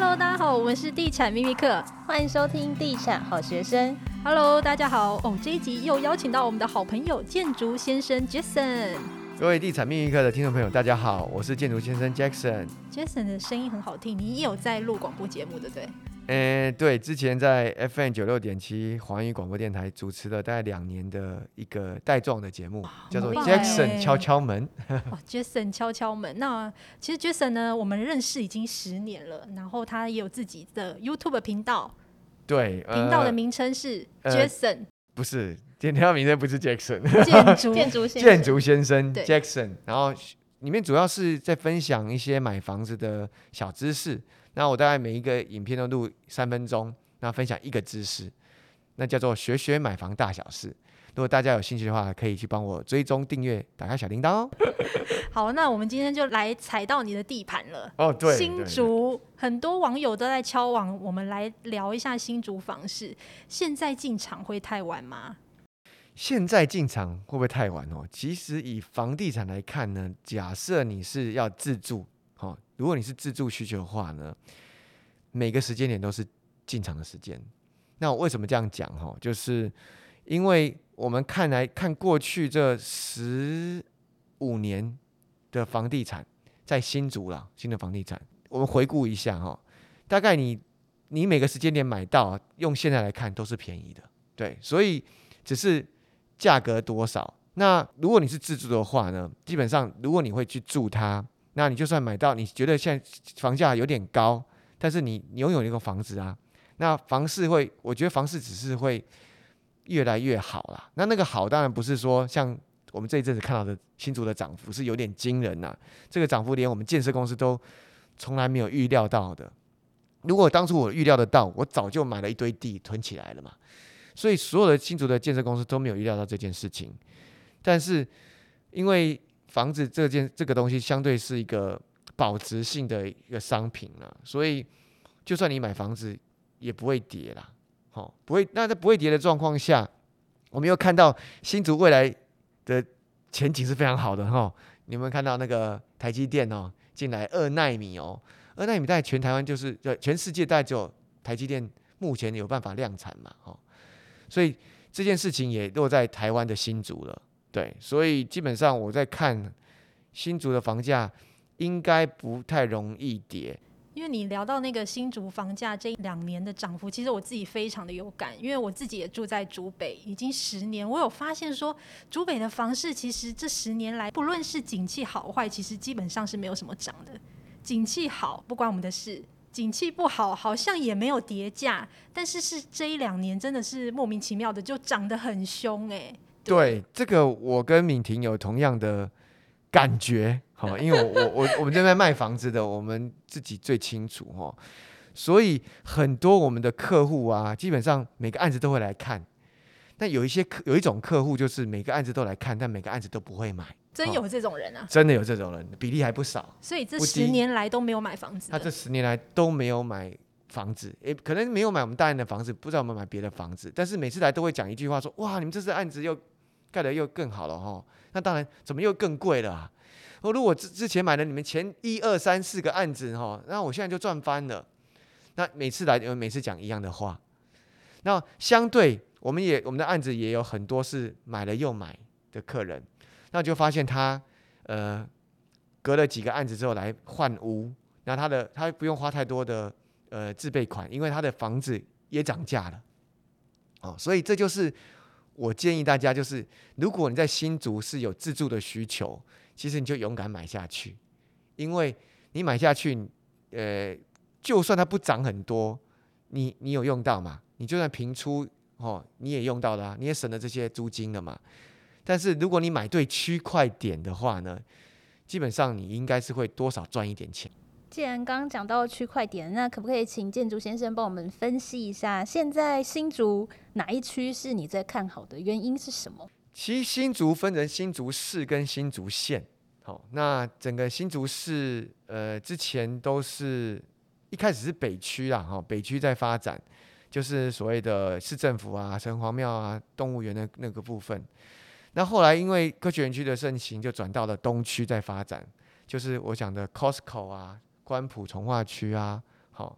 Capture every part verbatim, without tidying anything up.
Hello， 大家好，我们是地产秘密课， 欢迎收听地产好学生。 Hello， 大家好。哦，这一集又邀请到我们的好朋友建筑先生 Jason。 各位地产秘密课的听众朋友，大家好，我是建筑先生 Jackson。Jason 的声音很好听，你也有在录广播节目，对不对？ 呃，对，之前在 F M 九六点七环宇广播电台主持了大概两年的一个带状的节目，叫做 Jackson 敲敲门。 哦 ，Jackson 敲敲门。那其实 Jackson 呢，我们认识已经十年了，然后他也有自己的 YouTube 频道。 对， 频道的名称是 Jackson，、呃、 不是，频道名称不是 Jackson， 建筑建筑先生建筑先生 Jackson， 然后里面主要是在分享一些买房子的小知识。那我大概每一个影片都录三分钟，那分享一个知识，那叫做学学买房大小事。如果大家有兴趣的话，可以去帮我追踪订阅，打开小铃铛哦。 好，那我们今天就来踩到你的地盘了。 哦，对， 新竹很多网友都在敲网，我们来聊一下新竹房市。现在进场会太晚吗？ 现在进场会不会太晚哦？其实以房地产来看呢，假设你是要自住，哦，如果你是自住需求的话呢，每个时间点都是进场的时间。那我为什么这样讲？哦，就是因为我们看来看过去这十五年的房地产，在新竹啦，新的房地产，我们回顾一下哈，大概你你每个时间点买到，用现在来看都是便宜的，对，所以只是价格多少。那如果你是自住的话呢，基本上如果你会去住它，那你就算买到，你觉得现在房价有点高，但是你你拥有一个房子啊，那房市会，我觉得房市只是会越来越好啦。那那个好当然不是说像我们这一阵子看到的新竹的涨幅是有点惊人呐，这个涨幅连我们建设公司都从来没有预料到的。如果当初我预料得到，我早就买了一堆地囤起来了嘛。所以所有的新竹的建设公司都没有预料到这件事情。但是因为房子这件这个东西相对是一个保值性的一个商品啦，所以就算你买房子也不会跌啦。哦，不会。那在不会跌的状况下，我们又看到新竹未来的前景是非常好的哈。你们看到那个台积电哦进来二奈米哦，二奈米在全台湾就是全世界大概只有台积电目前有办法量产嘛，哦，所以这件事情也落在台湾的新竹了。对，所以基本上我在看新竹的房价应该不太容易跌。 因为你聊到那个新竹房价这两年的涨幅，其实我自己非常的有感，因为我自己也住在竹北已经十年，我有发现说竹北的房市其实这十年来不论是景气好坏，其实基本上是没有什么涨的。景气好不关我们的事，景气不好好像也没有跌价，但是是这一两年真的是莫名其妙的就涨得很凶哎、欸。 对，这个我跟敏婷有同样的感觉，因为我我我们这边卖房子的，我们自己最清楚，所以很多我们的客户啊，基本上每个案子都会来看。但有一些有一种客户就是每个案子都来看，但每个案子都不会买。 真有这种人啊？ 真的有这种人，比例还不少。 所以这十年来都没有买房子的。 他这十年来都没有买房子，欸，可能没有买我们大安的房子，不知道有没有买别的房子，但是每次来都会讲一句话说：哇，你们这次案子又盖得又更好了齁。那当然，怎么又更贵了啊？如果之前买了你们前一二三四个案子齁，那我现在就赚翻了。那每次来，每次讲一样的话。那相对，我们也我们的案子也有很多是买了又买的客人，那就发现他呃隔了几个案子之后来换屋，那他的他不用花太多的呃自备款，因为他的房子也涨价了。哦，所以这就是我建议大家，就是如果你在新竹是有自住的需求，其实你就勇敢买下去，因为你买下去，呃，就算它不涨很多，你你有用到嘛？你就算平出哦，你也用到了，啊，你也省了这些租金了嘛。但是如果你买对区块点的话呢，基本上你应该是会多少赚一点钱。 既然刚刚讲到区块点，那可不可以请建筑先生帮我们分析一下，现在新竹哪一区是你在看好的，原因是什么？ 其实新竹分成新竹市跟新竹县，好，那整个新竹市呃之前都是一开始是北区啦，哈，北区在发展，就是所谓的市政府啊、城隍庙啊、动物园的那个部分。那后来因为科学园区的盛行，就转到了东区在发展，就是我讲的 Costco 啊、关埔从化区啊，好，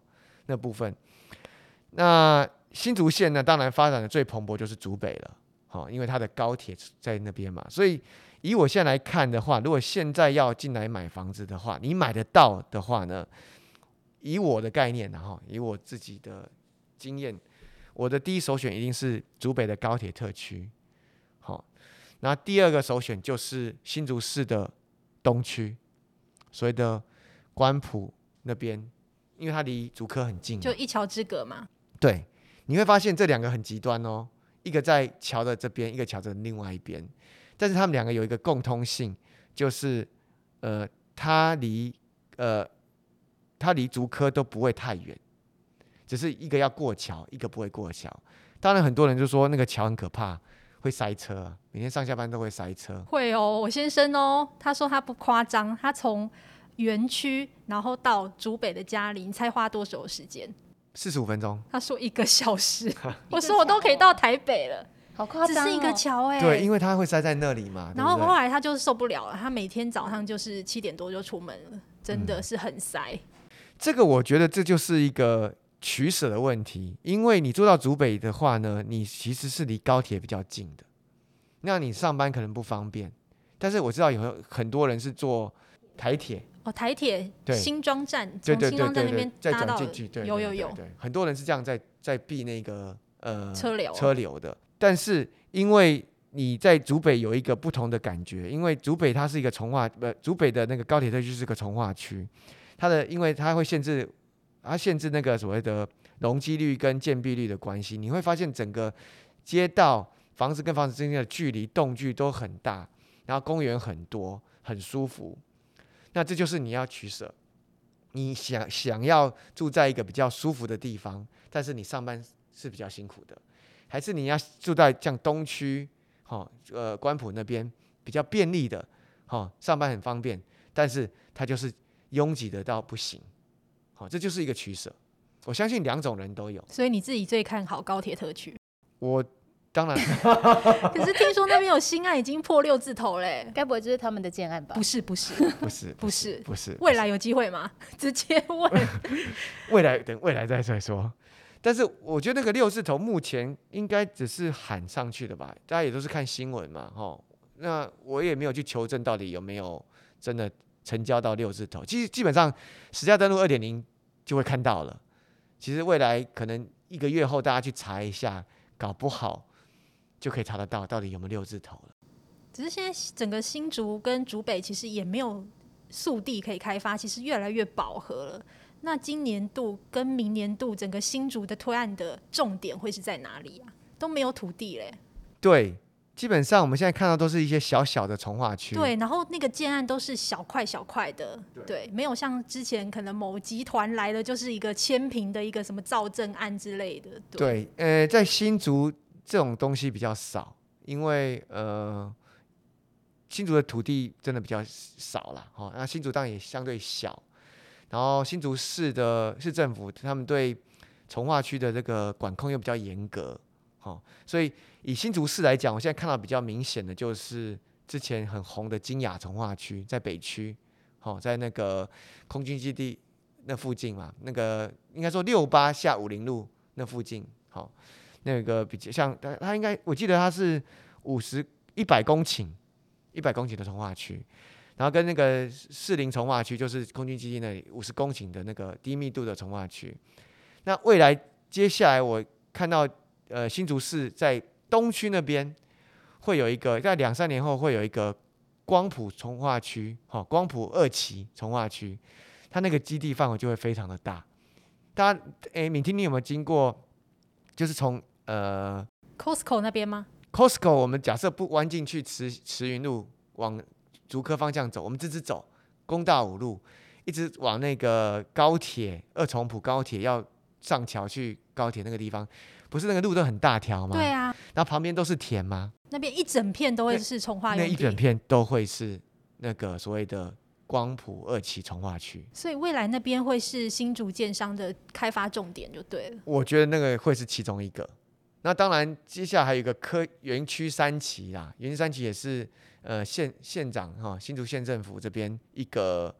那部分。那新竹县呢，当然发展的最蓬勃就是竹北了，哦，因为它的高铁在那边嘛，所以以我现在来看的话，如果现在要进来买房子的话，你买得到的话呢，以我的概念，然后以我自己的经验，我的第一首选一定是竹北的高铁特区，好、哦，那第二个首选就是新竹市的东区，所谓的关埔那边，因为它离竹科很近， 就一桥之隔嘛。 对，你会发现这两个很极端哦，一个在桥的这边，一个桥的另外一边，但是他们两个有一个共通性，就是呃，它离呃，它离竹科都不会太远，只是一个要过桥，一个不会过桥。当然，很多人就说那个桥很可怕，会塞车啊，每天上下班都会塞车。 会哦，我先生哦，他说他不夸张，他从园区然后到竹北的家里，你猜花多久的时间？ 四十五分钟。 他说一个小时，我说我都可以到台北了， 好夸张、哦， 只是一个桥哎、欸。 对，因为它会塞在那里嘛。 然后对对后来他就受不了了，他每天早上就是七点多就出门了，真的是很塞。嗯、 这个我觉得这就是一个取舍的问题，因为你住到竹北的话呢，你其实是离高铁比较近的，那你上班可能不方便。但是我知道有很多人是坐台铁。 哦，台铁新庄站， 从新庄站那边搭到进去，对， 有有有， 很多人是这样在在避那个呃车流车流的。但是因为你在竹北有一个不同的感觉，因为竹北它是一个从化，呃，竹北的那个高铁特区是个从化区，它的因为它会限制，它限制那个所谓的容积率跟建蔽率的关系，你会发现整个街道房子跟房子之间的距离动距都很大，然后公园很多，很舒服。那这就是你要取舍，你想想要住在一个比较舒服的地方，但是你上班是比较辛苦的，还是你要住在像东区，哦，呃，关埔那边比较便利的，哦，上班很方便，但是它就是拥挤的到不行，哦，这就是一个取舍。我相信两种人都有。 所以你自己最看好高铁特区？ 我当然， 可是听说那边有新案已经破六字头嘞， 该不会就是他们的建案吧？ 不是，不是， 不是， 不是， 不是。 未来有机会吗？直接问。 未来等未来再再说。但是我觉得那个六字头目前应该只是喊上去的吧，大家也都是看新闻嘛，齁。那我也没有去求证到底有没有真的成交到六字头。其实基本上实价登录 二点零 就会看到了。其实未来可能一个月后大家去查一下，搞不好就可以查得到到底有没有六字头了。 只是现在整个新竹跟竹北其实也没有速地可以开发，其实越来越饱和了。那今年度跟明年度整个新竹的推案的重点会是在哪里啊？都没有土地嘞。 对，基本上我们现在看到都是一些小小的从化区。 对，然后那个建案都是小块小块的， 对, 对，没有像之前可能某集团来的就是一个千坪的一个什么造镇案之类的。 对，对呃，在新竹这种东西比较少，因为呃，新竹的土地真的比较少啦，哦，那新竹当然也相对小。然后新竹市的市政府，他们对从化区的这个管控又比较严格，哦，所以以新竹市来讲，我现在看到比较明显的就是之前很红的金雅从化区，在北区，哦，在那个空军基地那附近嘛，那个应该说六八下五零路那附近，好，那个比较像它应该我记得它是五十一百公顷，一百公顷的从化区。然后跟那个士林从化区，就是空军基地那里五十公顷的那个低密度的从化区。那未来接下来我看到，呃，新竹市在东区那边会有一个，在两三年后会有一个光谱从化区，好、哦，光谱二期从化区，它那个基地范围就会非常的大。大家，诶，敏婷，你有没有经过？就是从呃 Costco 那边吗 ？Costco 我们假设不弯进去慈慈云路往竹科方向走，我们直直走公大五路，一直往那个高铁二重埔高铁要上桥去高铁那个地方，不是那个路都很大条吗？ 对啊， 然后旁边都是田吗？ 那边一整片都会是从化用地， 那一整片都会是那个所谓的光谱二期从化区， 所以未来那边会是新竹建商的开发重点就对了。 我觉得那个会是其中一个。那当然，接下来还有一个科园区三期啦，园区三期也是呃县县长哈、哦、新竹县政府这边一个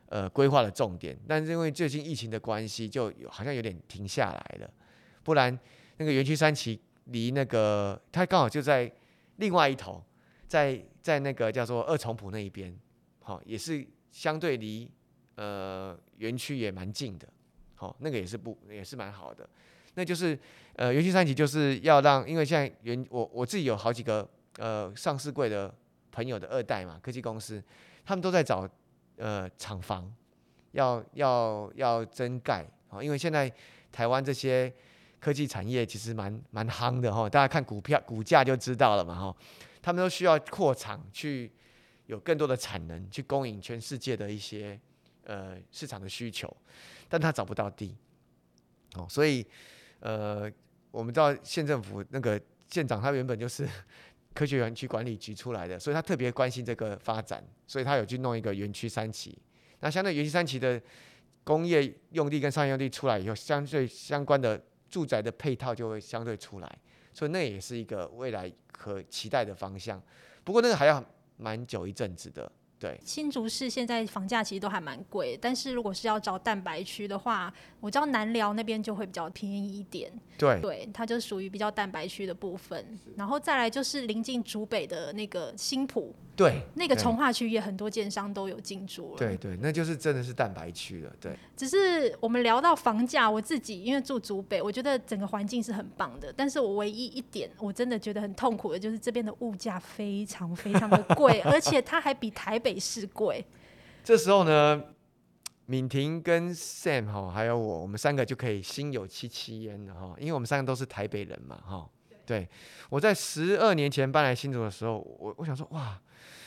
呃规划的重点，但是因为最近疫情的关系，就有好像有点停下来了。不然那个园区三期离那个它刚好就在另外一头，在在那个叫做二重埔那一边，好、也是相对离呃园区也蛮近的，好、那个也是不也是蛮好的。那就是呃园区三期就是要让，因为现在园我我自己有好几个呃上市柜的朋友的二代嘛，科技公司，他们都在找呃厂房，要要要增盖，好、因为现在台湾这些科技产业其实蛮蛮夯的哈，大家看股票股价就知道了嘛哈，他们都需要扩厂去有更多的产能去供应全世界的一些呃市场的需求，但他找不到地，哦，所以呃我们知道县政府那个县长他原本就是科学园区管理局出来的，所以他特别关心这个发展，所以他有去弄一个园区三期。那相对园区三期的工业用地跟商业用地出来以后，相对相关的住宅的配套就会相对出来，所以那也是一个未来可期待的方向。不过那个还要蛮久一阵子的。对， 新竹市现在房价其实都还蛮贵，但是如果是要找蛋白区的话，我知道南寮那边就会比较便宜一点。 对， 对，它就属于比较蛋白区的部分。然后再来就是临近竹北的那个新埔， 对， 那个从化区也很多建商都有进驻了。 对对，那就是真的是蛋白区了。对， 只是我们聊到房价，我自己因为住竹北，我觉得整个环境是很棒的，但是我唯一一点我真的觉得很痛苦的就是这边的物价非常非常的贵，而且它还比台北市贵。 这时候呢，敏婷跟 Sam 哈，还有我，我们三个就可以心有戚戚焉了哈，因为我们三个都是台北人嘛哈。对，我在十二年前搬来新竹的时候，我我想说哇，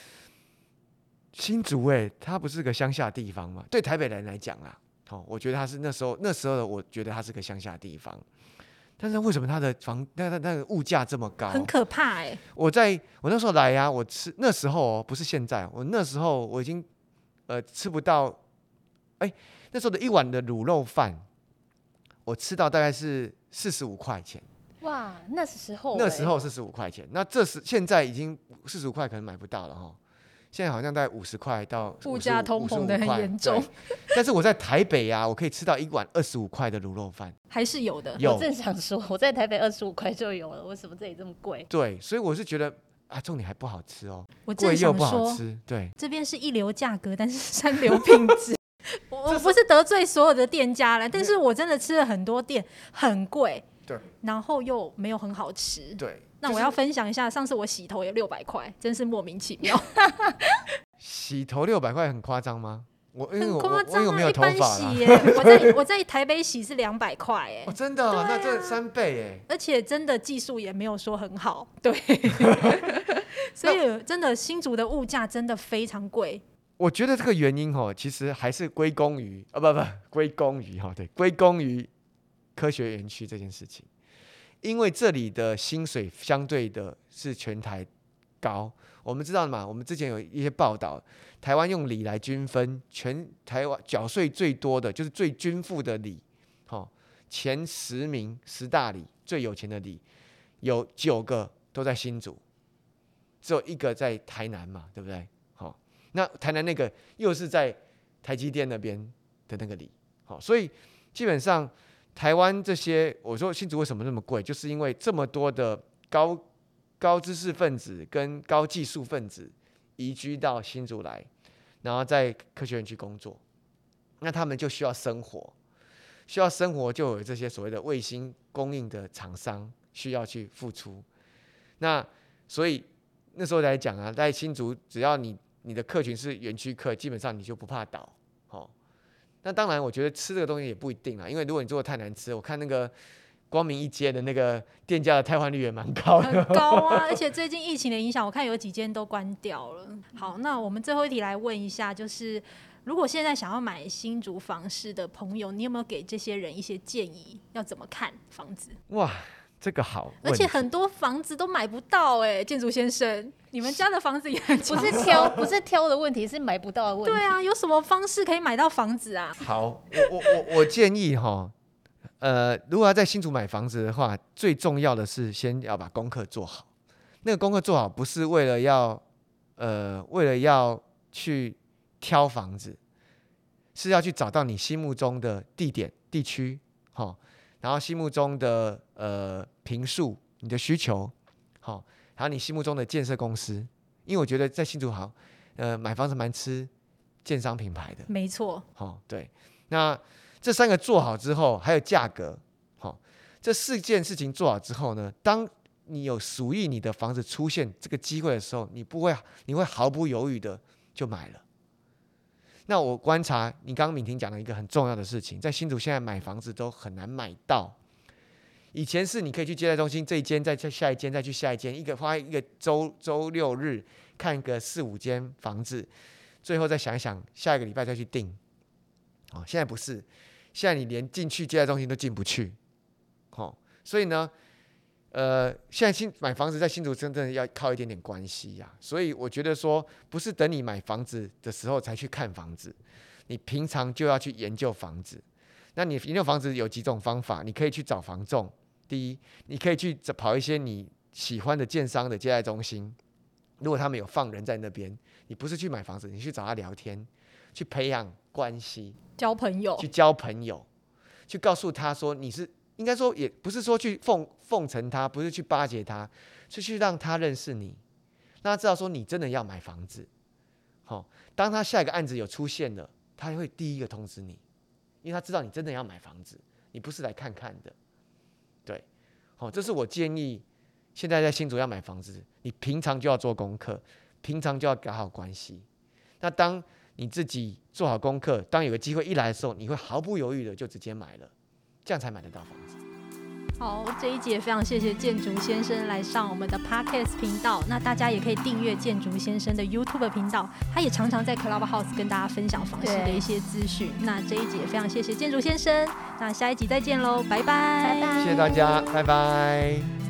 新竹哎、欸，它不是个乡下地方嘛？对台北人来讲啊，哦，我觉得它是那时候那时候的，我觉得它是个乡下地方。但是为什么它的房那那那个物价这么高？ 很可怕哎、欸！ 我在我那时候来呀、啊，我吃那时候哦，不是现在，我那时候我已经呃吃不到，哎、欸，那时候的一碗的卤肉饭，我吃到大概是四十五块钱。 哇，那时候、欸、 那时候四十五块钱，那这是现在已经四十五块可能买不到了哈。现在好像大概五十块到物价通膨的很严重。 但是我在台北啊，我可以吃到一碗二十五块的卤肉饭， 还是有的。 有， 我正想说，我在台北二十五块就有了，为什么这里这么贵？ 对，所以我是觉得啊，重点还不好吃哦， 我正想说贵又不好吃，对， 这边是一流价格，但是三流品质。我不是得罪所有的店家了，但是我真的吃了很多店，很贵， 对， 然后又没有很好吃， 对。 那我要分享一下，上次我洗头也六百块，真是莫名其妙。 洗头六百块很夸张吗？我因为很我夸张啊， 我有没有头一般发啦？ 洗耶，我在我在台北洗是两百块哎哦，，真的、哦， 对啊那这三倍哎。 而且真的技术也没有说很好，对，所以真的新竹的物价真的非常贵。 我觉得这个原因哦，其实还是归功于啊，不不，归功于哈，对，归功于科学园区这件事情，因为这里的薪水相对的是全台高。我们知道嘛，我们之前有一些报道，台湾用里来均分，全台湾缴税最多的就是最均富的里，哦，前十名十大里最有钱的里，有九个都在新竹，只有一个在台南嘛，对不对？好，那台南那个又是在台积电那边的那个里，好，所以基本上台湾这些，我说新竹为什么那么贵，就是因为这么多的高高知识分子跟高技术分子移居到新竹来，然后在科学园区工作，那他们就需要生活，需要生活就有这些所谓的卫星供应的厂商需要去付出，那所以那时候来讲啊，在新竹只要你你的客群是园区客，基本上你就不怕倒，哦。那当然，我觉得吃这个东西也不一定啦，因为如果你做的太难吃，我看那个光明一街的那个店家的汰换率也蛮高的， 很高啊！而且最近疫情的影响，我看有几间都关掉了。好，那我们最后一题来问一下，就是如果现在想要买新竹房市的朋友，你有没有给这些人一些建议，要怎么看房子？ 哇，这个好， 而且很多房子都买不到哎、欸，建筑先生，你们家的房子也很不是挑，不是挑的问题，是买不到的问题。 对啊，有什么方式可以买到房子啊？ 好，我我我我建议哈，呃，如果要在新竹买房子的话，最重要的是先要把功课做好。那个功课做好，不是为了要呃为了要去挑房子， 是要去找到你心目中的地点、地区，好，然后心目中的呃坪数、你的需求，好，还有你心目中的建设公司。因为我觉得在新竹好，呃，买房子蛮吃建商品牌的， 没错， 好，对。那这三个做好之后，还有价格，好，这四件事情做好之后呢，当你有属于你的房子出现这个机会的时候，你不会，你会毫不犹豫的就买了。那我观察你刚刚敏婷讲的一个很重要的事情，在新竹现在买房子都很难买到。以前是你可以去接待中心这一间，再去下一间，再去下一间，一个花一个周周六日看个四五间房子，最后再想一想下一个礼拜再去订。哦，现在不是，现在你连进去接待中心都进不去。哦，所以呢，呃，现在新买房子在新竹真正要靠一点点关系呀、啊。所以我觉得说，不是等你买房子的时候才去看房子，你平常就要去研究房子。那你研究房子有几种方法，你可以去找房仲。第一，你可以去跑一些你喜欢的建商的接待中心，如果他们有放人在那边，你不是去买房子，你去找他聊天，去培养关系， 交朋友， 去交朋友，去告诉他说你是，应该说也不是说去奉奉承他，不是去巴结他，是去让他认识你，让他知道说你真的要买房子。好，当他下一个案子有出现了，他会第一个通知你，因为他知道你真的要买房子，你不是来看看的。对，好，这是我建议，现在在新竹要买房子，你平常就要做功课，平常就要搞好关系。那当你自己做好功课，当有个机会一来的时候，你会毫不犹豫的就直接买了，这样才买得到房子。 好，这一集也非常谢谢建筑先生来上我们的 Podcast 频道。那大家也可以订阅建筑先生的 YouTube 频道，他也常常在 Clubhouse 跟大家分享房市的一些资讯。那这一集也非常谢谢建筑先生，那下一集再见喽，拜拜， 拜拜， 谢谢大家，拜拜。